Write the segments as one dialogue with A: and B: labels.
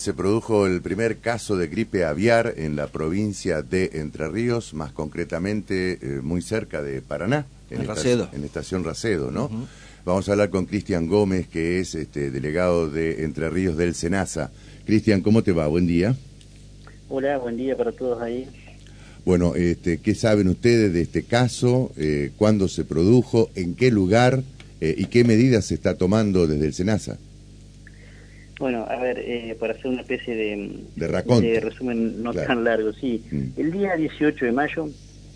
A: Se produjo el primer caso de gripe aviar en la provincia de Entre Ríos, más concretamente muy cerca de Paraná, en Estación Racedo, ¿no? Vamos a hablar con Cristian Gómez, que es delegado de Entre Ríos del SENASA. Cristian, ¿cómo te va? Buen día.
B: Hola, buen día para todos ahí.
A: Bueno, ¿qué saben ustedes de este caso? ¿Cuándo se produjo? ¿En qué lugar? ¿Y qué medidas se está tomando desde el SENASA?
B: Bueno, a ver, para hacer una especie
A: de
B: resumen no tan largo, sí. El día 18 de mayo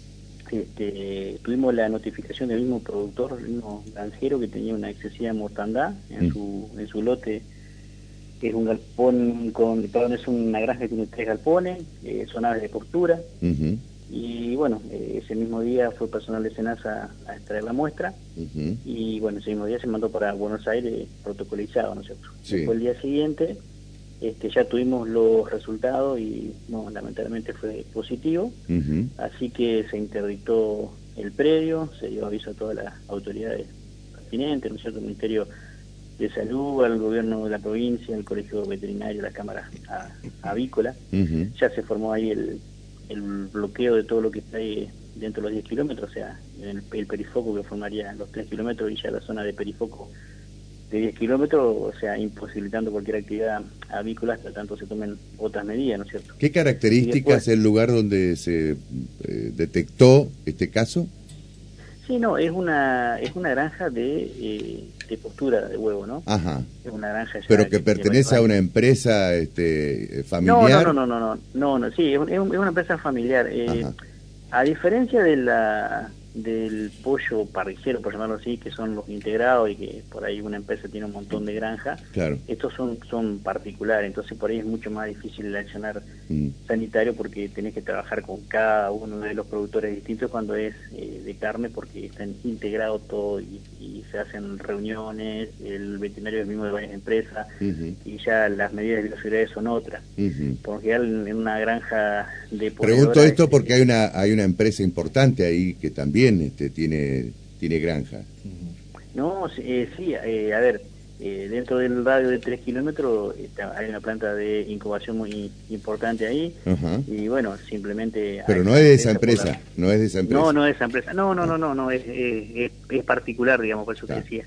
B: tuvimos la notificación del mismo productor, el mismo granjero, que tenía una excesiva mortandad en su lote. Es un galpón es una granja que tiene 3 galpones, son aves de postura. Y bueno, ese mismo día fue personal de SENASA a extraer la muestra. Y bueno, ese mismo día se mandó para Buenos Aires protocolizado, ¿no es cierto?
A: Sí.
B: Después el día siguiente ya tuvimos los resultados y no, lamentablemente fue positivo. Así que se interdictó el predio, se dio aviso a todas las autoridades pertinentes, ¿no es cierto? El Ministerio de Salud, al gobierno de la provincia, al colegio veterinario, la cámara avícola. Ya se formó ahí el bloqueo de todo lo que está ahí dentro de los 10 kilómetros, o sea, el perifoco que formaría los 3 kilómetros y ya la zona de perifoco de 10 kilómetros, o sea, imposibilitando cualquier actividad avícola hasta tanto se tomen otras medidas, ¿no es cierto?
A: ¿Qué características es el lugar donde se detectó este caso?
B: Sí, no, es una granja de postura de huevo, ¿no?
A: Ajá.
B: Es una granja ya
A: pero que pertenece a una empresa familiar.
B: No, sí, es una empresa familiar. A diferencia del pollo parrillero, por llamarlo así, que son los integrados y que por ahí una empresa tiene un montón de granjas,
A: claro.
B: Estos son particulares, entonces por ahí es mucho más difícil el accionar sanitario porque tenés que trabajar con cada uno de los productores distintos cuando es de carne, porque están integrados todo y se hacen reuniones, el veterinario es el mismo de varias empresas y ya las medidas de bioseguridad son otras. Por lo general en una granja de
A: Pregunto esto porque hay una empresa importante ahí que también tiene granja.
B: No, sí, a ver, dentro del radio de 3 kilómetros hay una planta de incubación muy importante ahí. Y bueno, simplemente...
A: Pero no es de esa empresa, no es de esa empresa.
B: No es de esa empresa, no, es particular, digamos, por eso te decía.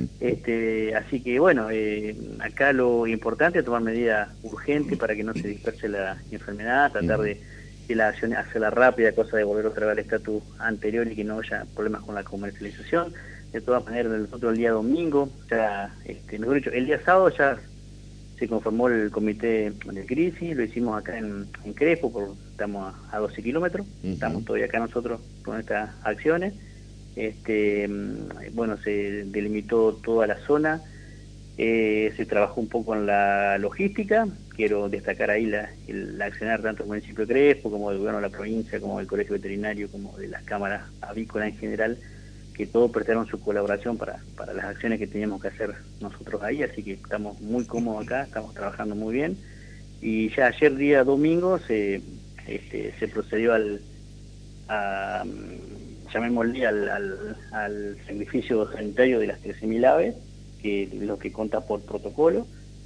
B: Así que bueno, acá lo importante es tomar medidas urgentes para que no se disperse la enfermedad, tratar de la acción, hacerla rápida, cosa de volver otra vez al estatus anterior y que no haya problemas con la comercialización. De todas maneras, nosotros el día domingo, ya, mejor dicho, el día sábado ya se conformó el comité de crisis, lo hicimos acá en Crespo, estamos a 12 kilómetros, estamos todavía acá nosotros con estas acciones. Bueno, se delimitó toda la zona, se trabajó un poco en la logística. Quiero destacar ahí el accionar tanto del municipio de Crespo como del gobierno de la provincia, como del colegio veterinario, como de las cámaras avícolas en general, que todos prestaron su colaboración para las acciones que teníamos que hacer nosotros ahí, así que estamos muy cómodos acá, estamos trabajando muy bien. Y ya ayer día domingo se procedió llamémosle al sacrificio sanitario de las 13.000 aves, que es lo que conta por protocolo,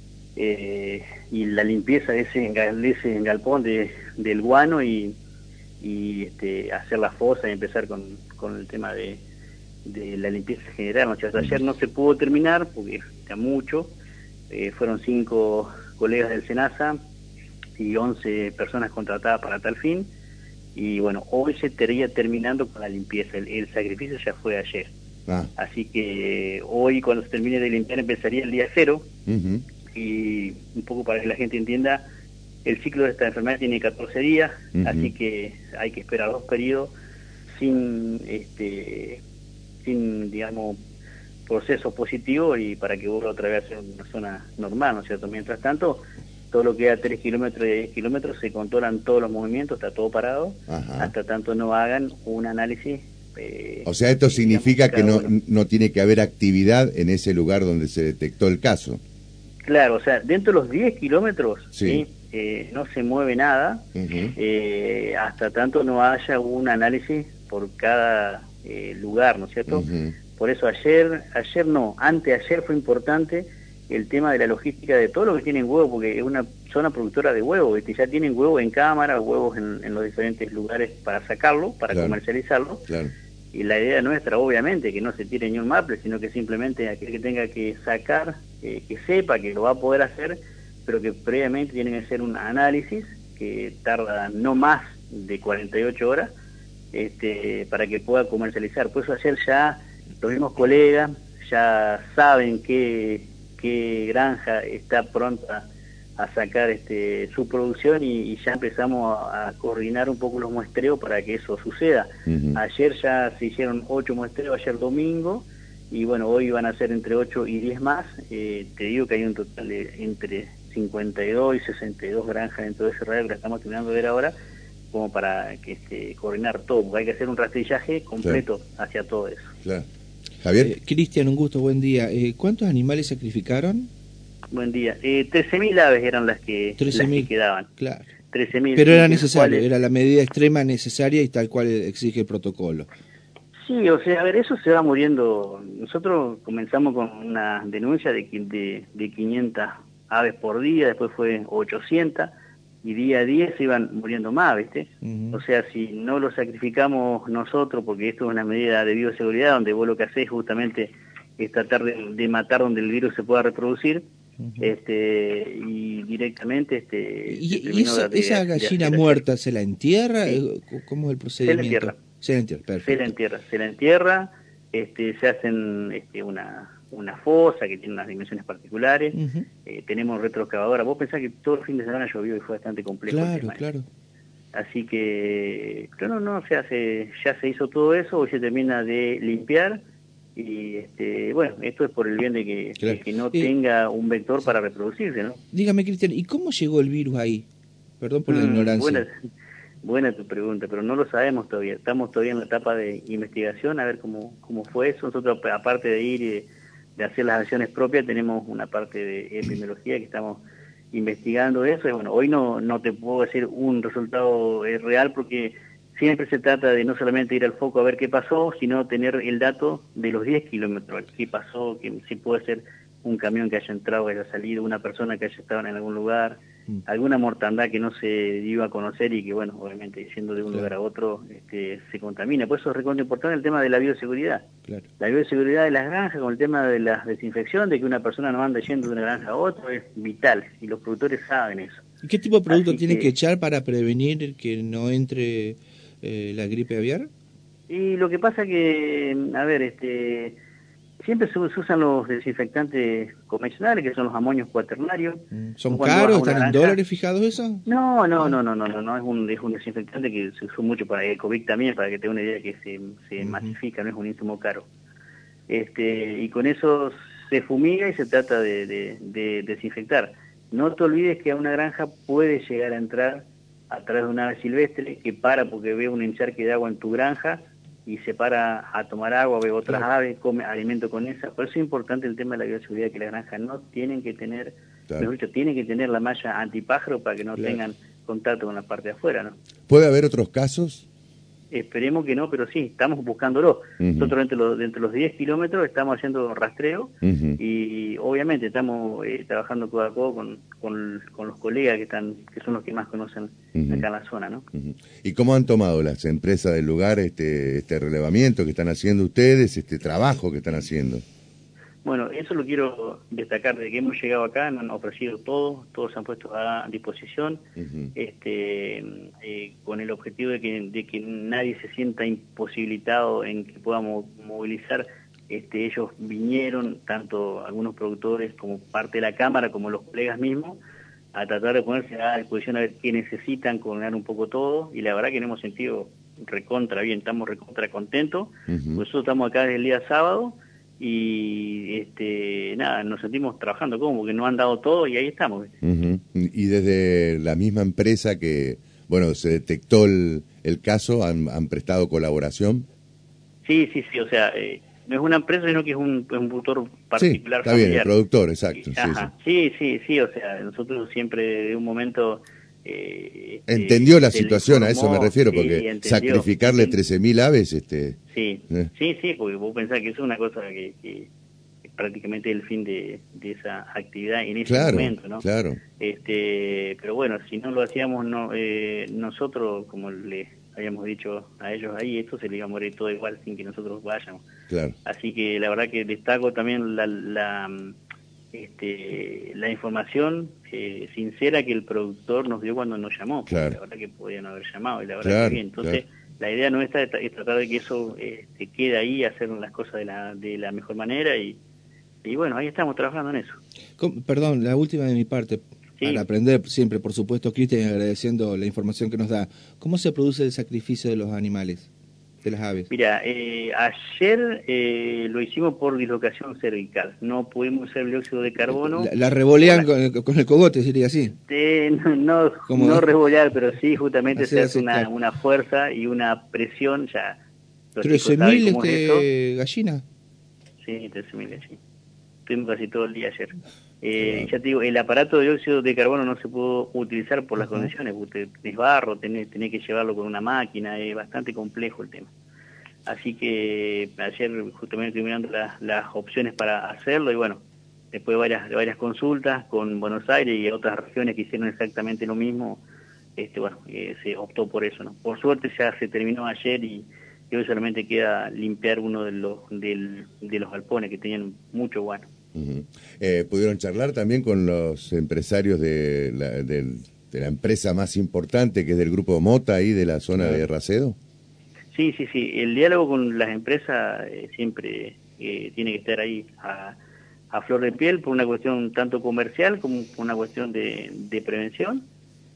B: y la limpieza de ese galpón del guano y hacer la fosa y empezar con el tema de la limpieza general. O sea, ayer no se pudo terminar porque está mucho, fueron 5 colegas del SENASA y 11 personas contratadas para tal fin, y bueno, hoy se estaría terminando con la limpieza, el sacrificio ya fue ayer. Así que hoy, cuando se termine de limpiar, empezaría el día 0, y un poco para que la gente entienda, el ciclo de esta enfermedad tiene 14 días, así que hay que esperar 2 periodos sin digamos, proceso positivo y para que vuelva otra vez a ser una zona normal, ¿no es cierto? Mientras tanto, todo lo que a 3 kilómetros y 10 kilómetros se controlan todos los movimientos, está todo parado, hasta tanto no hagan un análisis.
A: O sea, esto significa que no tiene que haber actividad en ese lugar donde se detectó el caso.
B: Claro, o sea, dentro de los 10 kilómetros no se mueve nada, hasta tanto no haya un análisis por cada lugar, ¿no es cierto? Por eso anteayer fue importante el tema de la logística de todo lo que tiene en huevo, porque es una zona productora de huevos, ya tienen huevos en cámara, huevos en los diferentes lugares para sacarlo, para comercializarlo.
A: Claro.
B: Y la idea nuestra, obviamente, que no se tire ni un maple, sino que simplemente aquel que tenga que sacar, que sepa que lo va a poder hacer, pero que previamente tienen que hacer un análisis que tarda no más de 48 horas para que pueda comercializar. Por eso ayer ya los mismos colegas ya saben qué granja está pronta a sacar su producción y ya empezamos a coordinar un poco los muestreos para que eso suceda. Ayer ya se hicieron 8 muestreos, ayer domingo, y bueno, hoy van a ser entre 8 y 10 más. Te digo que hay un total de entre 52 y 62 granjas dentro de ese radio que estamos terminando de ver ahora, como para que coordinar todo, porque hay que hacer un rastrillaje completo hacia todo eso.
A: Claro. Javier.
C: Cristian, un gusto, buen día. ¿Cuántos animales sacrificaron?
B: Buen día. 13.000 aves eran las que quedaban.
C: Claro.
B: 13.000.
C: Pero era necesario, era la medida extrema necesaria y tal cual exige el protocolo.
B: Sí, o sea, a ver, eso se va muriendo. Nosotros comenzamos con una denuncia de 500 aves por día, después fue 800, y día a día se iban muriendo más, ¿viste? O sea, si no lo sacrificamos nosotros, porque esto es una medida de bioseguridad, donde vos lo que hacés justamente es tratar de matar donde el virus se pueda reproducir, y directamente...
C: ¿Y esa gallina muerta se la entierra? Sí. ¿Cómo es el procedimiento? Se la entierra, perfecto.
B: Se la entierra, se hacen una fosa que tiene unas dimensiones particulares, tenemos retroexcavadora. Vos pensás que todo el fin de semana llovió y fue bastante complejo.
C: Claro.
B: Así que, pero no, ya se hizo todo eso, hoy se termina de limpiar, y bueno, esto es por el bien de que no tenga un vector para reproducirse, ¿no?
C: Dígame, Cristian, ¿y cómo llegó el virus ahí? Perdón por la ignorancia.
B: Buena tu pregunta, pero no lo sabemos todavía. Estamos todavía en la etapa de investigación, a ver cómo fue eso. Nosotros, aparte de ir y de hacer las acciones propias, tenemos una parte de epidemiología que estamos investigando eso. Y bueno, hoy no te puedo decir un resultado real, porque siempre se trata de no solamente ir al foco a ver qué pasó, sino tener el dato de los 10 kilómetros, qué pasó, que si puede ser un camión que haya entrado, que haya salido, una persona que haya estado en algún lugar, alguna mortandad que no se iba a conocer y que, bueno, obviamente yendo de un lugar a otro se contamina. Por eso es recontra importante el tema de la bioseguridad. La bioseguridad de las granjas, con el tema de la desinfección, de que una persona no ande yendo de una granja a otra, es vital, y los productores saben eso.
C: ¿Y qué tipo de producto tienen que echar para prevenir que no entre la gripe aviar?
B: Y lo que pasa que, a ver, siempre se usan los desinfectantes convencionales, que son los amonios cuaternarios.
C: ¿Son caros? ¿Están en dólares fijados eso?
B: No, es un desinfectante que se usó mucho para el COVID también, para que te dé una idea que se masifica, no es un insumo caro. Y con eso se fumiga y se trata de desinfectar. No te olvides que a una granja puede llegar a entrar a través de un ave silvestre que para porque ve un encharque de agua en tu granja y se para a tomar agua, ve otras aves, come alimento con esa. Por eso es importante el tema de la bioseguridad, que las granjas no tienen que tener, mejor dicho, tienen que tener la malla antipájaro para que no tengan contacto con la parte de afuera, ¿no?
A: ¿Puede haber otros casos?
B: Esperemos que no, pero sí, estamos buscándolo. Nosotros entre los 10 kilómetros estamos haciendo rastreo y obviamente estamos trabajando codo a codo con los colegas que son los que más conocen acá en la zona, ¿no?
A: ¿Y cómo han tomado las empresas del lugar este relevamiento que están haciendo ustedes, este trabajo que están haciendo?
B: Bueno, eso lo quiero destacar, de que hemos llegado acá, nos han ofrecido todo, todos se han puesto a disposición, con el objetivo de que nadie se sienta imposibilitado en que podamos movilizar. Ellos vinieron, tanto algunos productores como parte de la Cámara, como los colegas mismos, a tratar de ponerse a disposición a ver qué necesitan, coordinar un poco todo, y la verdad que nos hemos sentido recontra bien, estamos recontra contentos. Nosotros estamos acá desde el día sábado, y nada, nos sentimos trabajando como que nos han dado todo y ahí estamos.
A: Y desde la misma empresa que, bueno, se detectó el caso, ¿han prestado colaboración?
B: Sí, o sea, no es una empresa, sino que es un productor particular.
A: Sí, está familiar. Bien, el productor, exacto.
B: Sí, o sea, nosotros siempre de un momento...
A: entendió la situación, a eso me refiero, porque sacrificarle 13.000 aves... Sí,
B: porque vos pensás que es una cosa que prácticamente el fin de esa actividad en ese momento, ¿no?
A: Claro.
B: Pero bueno, si no lo hacíamos nosotros, como le habíamos dicho a ellos ahí, esto se le iba a morir todo igual sin que nosotros vayamos.
A: Claro.
B: Así que la verdad que destaco también la información sincera que el productor nos dio cuando nos llamó.
A: Claro.
B: La verdad que podían haber llamado y la verdad que bien. Entonces, la idea nuestra es tratar de que eso quede ahí, hacer las cosas de la mejor manera y bueno, ahí estamos trabajando en eso.
C: Perdón, la última de mi parte. Sí. Para aprender siempre, por supuesto, Cristian, agradeciendo la información que nos da. ¿Cómo se produce el sacrificio de los animales, de las aves?
B: Mira, ayer lo hicimos por dislocación cervical. No pudimos hacer dióxido de carbono.
C: La revolean con el cogote, sería así.
B: No revolear, pero sí justamente se hace una fuerza y una presión. Ya
C: 13.000 gallinas.
B: Sí, 13.000 gallinas. Estuvimos casi todo el día ayer. Ya te digo, el aparato de dióxido de carbono no se pudo utilizar por las condiciones, porque es barro, tenés que llevarlo con una máquina, es bastante complejo el tema. Así que ayer justamente terminando las opciones para hacerlo y bueno, después de varias consultas con Buenos Aires y otras regiones que hicieron exactamente lo mismo, se optó por eso, ¿no? Por suerte ya se terminó ayer y hoy solamente queda limpiar uno de los galpones que tenían mucho guano.
A: ¿Pudieron charlar también con los empresarios de la empresa más importante, que es del Grupo Mota, ahí de la zona de Racedo?
B: Sí. El diálogo con las empresas siempre tiene que estar ahí a flor de piel por una cuestión tanto comercial como por una cuestión de prevención.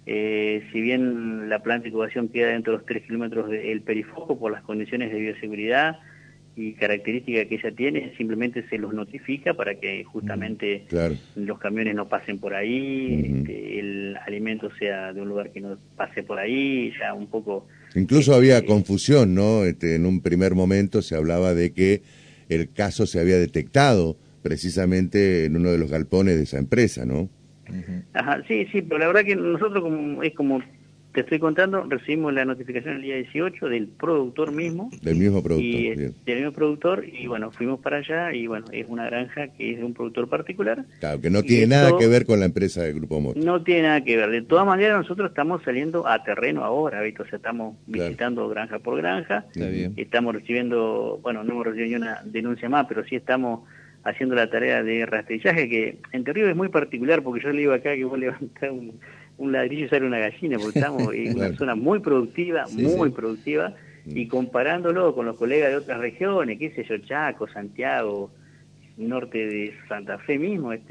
B: Si bien la planta de incubación queda dentro de los 3 kilómetros del perifoco por las condiciones de bioseguridad y características que ella tiene, simplemente se los notifica para que justamente los camiones no pasen por ahí, el alimento sea de un lugar que no pase por ahí, ya un poco...
A: Incluso había confusión, ¿no? En un primer momento se hablaba de que el caso se había detectado precisamente en uno de los galpones de esa empresa, ¿no?
B: Ajá, sí, pero la verdad que nosotros, como te estoy contando, recibimos la notificación el día 18 del productor mismo.
A: Del mismo productor.
B: Del mismo productor, y bueno, fuimos para allá, y bueno, es una granja que es de un productor particular.
A: Claro, que no tiene nada que ver con la empresa del Grupo Mota.
B: No tiene nada que ver. De todas maneras, nosotros estamos saliendo a terreno ahora, ¿viste? O sea, estamos visitando granja por granja.
C: Está bien.
B: Estamos recibiendo, bueno, no hemos recibido ni una denuncia más, pero sí estamos haciendo la tarea de rastrillaje, que en teoría es muy particular, porque yo le digo acá que vos levantás un ladrillo y sale una gallina, porque estamos en una zona muy productiva, productiva, y comparándolo con los colegas de otras regiones, qué sé yo, Chaco, Santiago, norte de Santa Fe mismo, el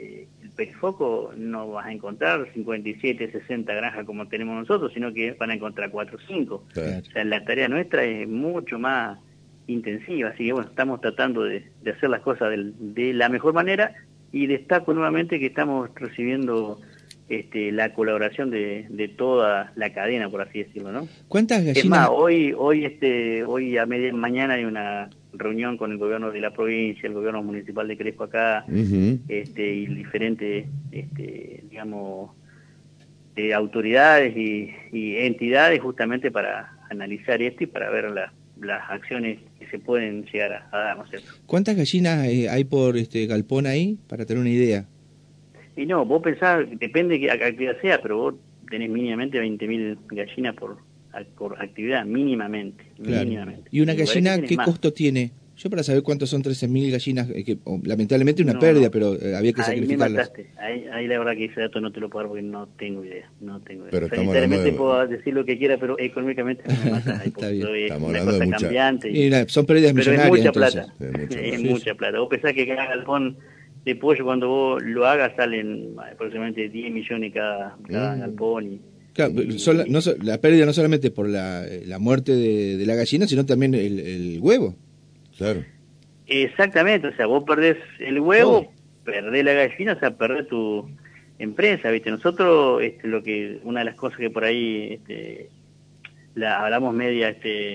B: perifoco no vas a encontrar 57, 60 granjas como tenemos nosotros, sino que van a encontrar 4 o 5.
A: Claro.
B: O sea, la tarea nuestra es mucho más intensiva, así que bueno, estamos tratando de hacer las cosas de la mejor manera, y destaco nuevamente que estamos recibiendo la colaboración de toda la cadena, por así decirlo, ¿no?
C: ¿Cuántas gallinas?
B: Es más, hoy a mañana hay una reunión con el gobierno de la provincia, el gobierno municipal de Crespo acá, y diferentes, digamos, autoridades y entidades justamente para analizar esto y para ver las acciones que se pueden llegar a dar, ¿no es cierto?
C: ¿Cuántas gallinas hay por galpón ahí, para tener una idea?
B: Y no, vos pensás, depende de qué actividad sea, pero vos tenés mínimamente 20.000 gallinas por actividad, mínimamente.
C: ¿Y una gallina qué costo tiene? Yo para saber cuántos son 13.000 gallinas, lamentablemente una pérdida, pero había que sacrificarlas.
B: Ahí la verdad que ese dato no te lo puedo dar porque no tengo idea.
A: Pero
B: sanitariamente puedo decir lo que quiera, pero económicamente no me mata.
C: Está bien.
A: Estamos hablando de mucha...
B: cambiante.
C: Son pérdidas millonarias.
B: Pero es mucha plata.
A: Es
B: mucha plata. Vos pensás que cada galpón de pollo, cuando vos lo hagas, salen aproximadamente 10 millones cada galpón. Y
C: Claro, la pérdida no solamente por la muerte de la gallina, sino también el huevo.
A: Claro.
B: Exactamente, o sea, vos perdés el huevo, perdés la gallina, o sea, perdés tu empresa, ¿viste? Nosotros, una de las cosas que por ahí hablamos media,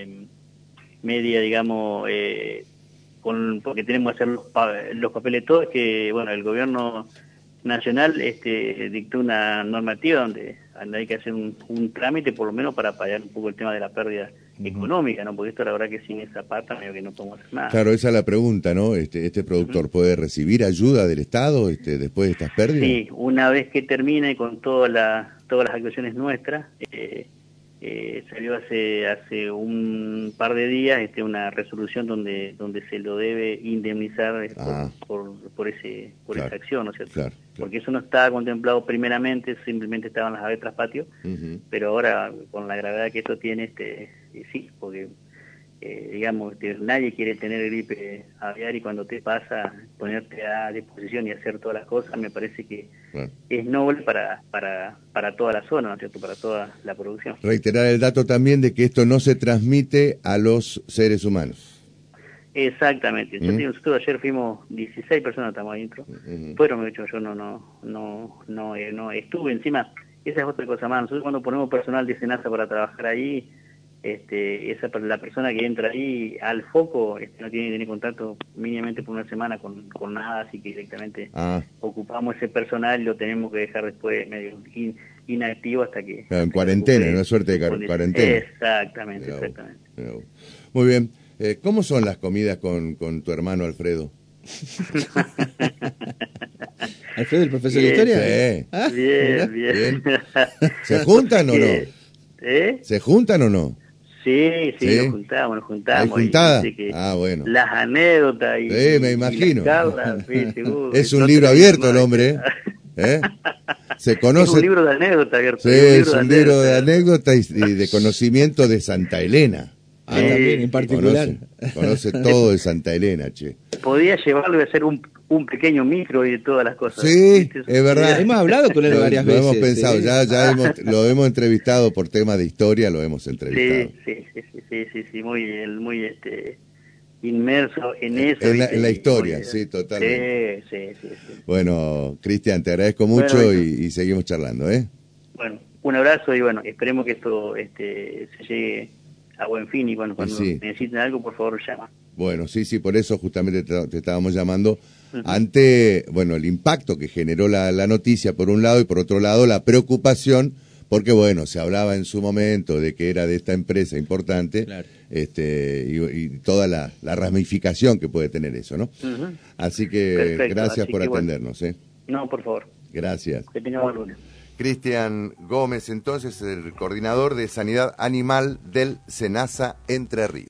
B: digamos, porque tenemos que hacer los papeles todos, que, bueno, el gobierno nacional dictó una normativa donde hay que hacer un trámite por lo menos para pagar un poco el tema de la pérdida económica, ¿no? Porque esto la verdad que sin esa pata medio que no podemos hacer nada.
A: Claro, esa es la pregunta, ¿no? Este productor puede recibir ayuda del Estado después de estas pérdidas.
B: Sí, una vez que termine con todas las actuaciones nuestras, salió hace un par de días una resolución donde se lo debe indemnizar por esa acción, ¿no es cierto? Claro. Porque eso no estaba contemplado primeramente, simplemente estaban las aves tras patio, pero ahora con la gravedad que esto tiene, sí, porque digamos, nadie quiere tener gripe aviar, y cuando te pasa, ponerte a disposición y hacer todas las cosas, me parece que es noble para toda la zona, ¿no es cierto?, para toda la producción.
A: Reiterar el dato también de que esto no se transmite a los seres humanos.
B: Exactamente. Nosotros ayer fuimos 16 personas, estamos adentro. Fueron, de hecho, yo no estuve. Encima, esa es otra cosa más. Nosotros cuando ponemos personal de SENASA para trabajar ahí, la persona que entra ahí al foco no tiene que tener contacto mínimamente por una semana con nada, así que directamente ocupamos ese personal y lo tenemos que dejar después medio inactivo hasta que...
A: en cuarentena, una suerte de cuarentena.
B: Exactamente.
A: Muy bien. ¿Cómo son las comidas con tu hermano Alfredo?
C: ¿Alfredo, el profesor de historia?
A: Sí. Bien. ¿Se juntan o no? ¿Se juntan o no?
B: Sí, nos juntamos. ¿Hay
A: juntada? Bueno.
B: Las anécdotas y...
A: Sí, me imagino. Es un
B: no
A: libro abierto el hombre, Se conoce...
B: Es un libro de anécdotas abierto.
A: Sí, es un libro de anécdotas y de conocimiento de Santa Elena.
C: También, en particular.
A: Conoce todo de Santa Elena, che.
B: Podía llevarlo y hacer un pequeño micro y de todas las cosas.
A: Sí, es verdad.
C: Hemos hablado con él varias veces.
A: Lo hemos pensado, lo hemos entrevistado por temas de historia, lo hemos entrevistado.
B: Sí, muy inmerso en eso.
A: En la historia, sí, totalmente.
B: Sí.
A: Bueno, Cristian, te agradezco mucho y seguimos charlando,
B: Bueno, un abrazo y esperemos que esto se llegue a buen fin, y cuando necesiten algo, por favor, llama.
A: Bueno, sí, por eso justamente te estábamos llamando ante, el impacto que generó la noticia por un lado, y por otro lado la preocupación, porque se hablaba en su momento de que era de esta empresa importante, claro. Y toda la ramificación que puede tener eso, ¿no? Así que perfecto. Gracias por atendernos.
B: No, por favor.
A: Gracias.
B: Que tengamos lunes.
A: Cristian Gómez, entonces, el coordinador de Sanidad Animal del SENASA Entre Ríos.